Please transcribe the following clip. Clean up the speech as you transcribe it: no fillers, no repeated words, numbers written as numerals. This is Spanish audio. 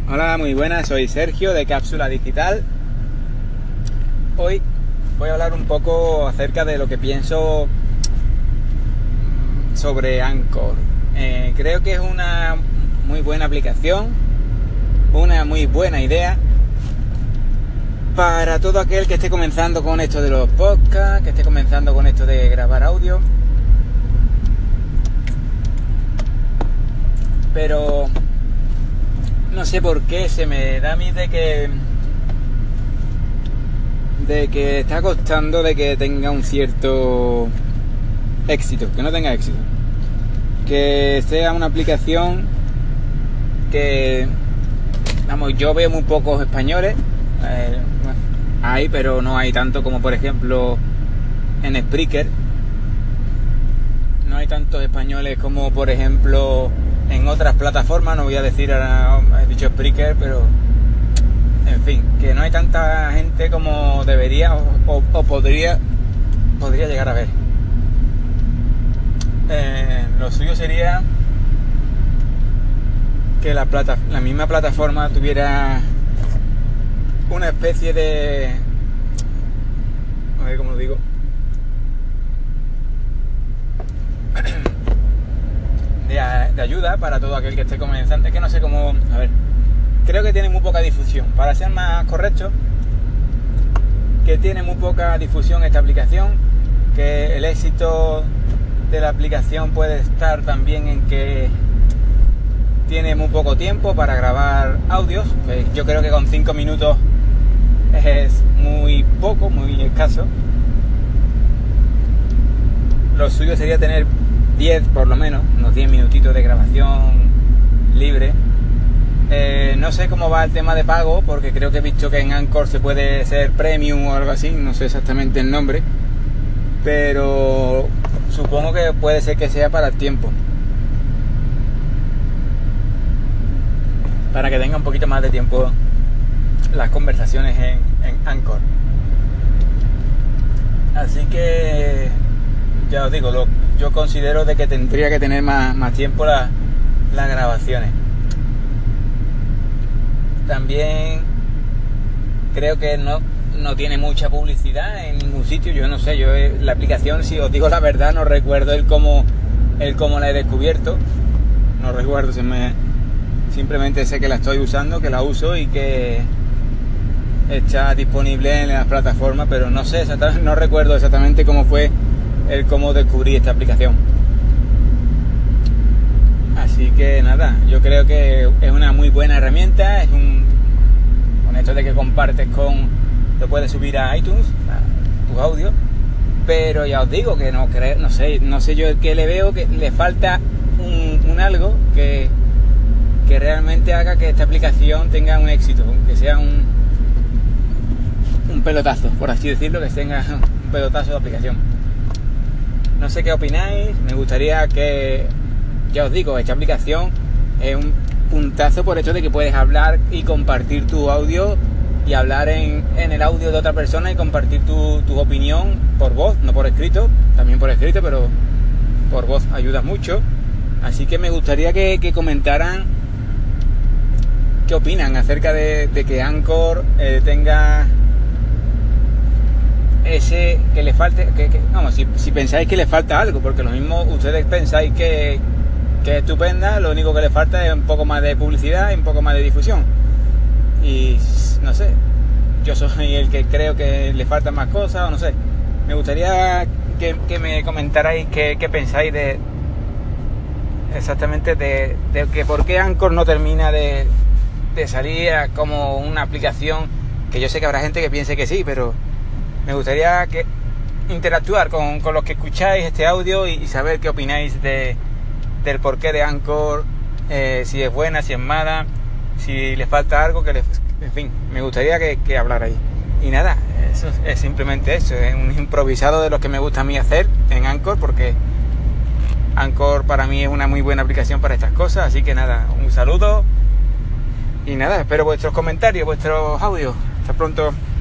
Hola, muy buenas, soy Sergio de Cápsula Digital. Hoy voy a hablar un poco acerca de lo que pienso sobre Anchor. Creo que es una muy buena aplicación, una muy buena idea para todo aquel que esté comenzando con esto de los podcasts, que esté comenzando con esto de grabar audio. Pero no sé por qué se me da a mí de que está costando de que tenga un cierto éxito, que no tenga éxito, que sea una aplicación que, vamos, yo veo muy pocos españoles, hay, pero no hay tanto como por ejemplo en Spreaker. No hay tantos españoles como por ejemplo en otras plataformas. No voy a decir ahora, he dicho Spreaker, pero en fin, que no hay tanta gente como debería o podría llegar a ver. Lo suyo sería que la misma plataforma tuviera una especie de, a ver cómo lo digo, de ayuda para todo aquel que esté comenzando. Es que no sé cómo, a ver, creo que tiene muy poca difusión, para ser más correcto, que tiene muy poca difusión esta aplicación, que el éxito de la aplicación puede estar también en que tiene muy poco tiempo para grabar audios. Yo creo que con 5 minutos es muy poco, muy escaso. Lo suyo sería tener 10 por lo menos, unos 10 minutitos de grabación libre. No sé cómo va el tema de pago, porque creo que he visto que en Anchor se puede ser premium o algo así, no sé exactamente el nombre, pero supongo que puede ser que sea para el tiempo, para que tenga un poquito más de tiempo las conversaciones en Anchor. Así que ya os digo, yo considero de que tendría que tener más tiempo las grabaciones. También creo que no tiene mucha publicidad en ningún sitio. Yo no sé, la aplicación, si os digo la verdad, no recuerdo el cómo la he descubierto. No recuerdo, simplemente sé que la estoy usando, que la uso y que está disponible en las plataformas, pero no sé exactamente, no recuerdo exactamente cómo fue cómo descubrí esta aplicación. Así que nada, yo creo que es una muy buena herramienta. Con esto de que compartes lo puedes subir a iTunes, a tus audios, pero ya os digo que no sé yo que le veo que le falta un algo que realmente haga que esta aplicación tenga un éxito, que sea un pelotazo, por así decirlo, que tenga un pelotazo de aplicación. No sé qué opináis, me gustaría que, ya os digo, esta aplicación es un puntazo por hecho de que puedes hablar y compartir tu audio y hablar en el audio de otra persona y compartir tu opinión por voz, no por escrito, también por escrito, pero por voz ayuda mucho. Así que me gustaría que comentaran qué opinan acerca de que Anchor tenga ese que le falte, vamos, si pensáis que le falta algo, porque lo mismo ustedes pensáis que es estupenda, lo único que le falta es un poco más de publicidad y un poco más de difusión. Y no sé, yo soy el que creo que le faltan más cosas, o no sé. Me gustaría que me comentarais qué pensáis exactamente de que por qué Anchor no termina de salir como una aplicación, que yo sé que habrá gente que piense que sí, pero me gustaría interactuar con los que escucháis este audio y saber qué opináis del porqué de Anchor, si es buena, si es mala, si le falta algo, en fin, me gustaría que hablarais. Y nada, eso es simplemente eso, es un improvisado de lo que me gusta a mí hacer en Anchor, porque Anchor para mí es una muy buena aplicación para estas cosas. Así que nada, un saludo y nada, espero vuestros comentarios, vuestros audios. Hasta pronto.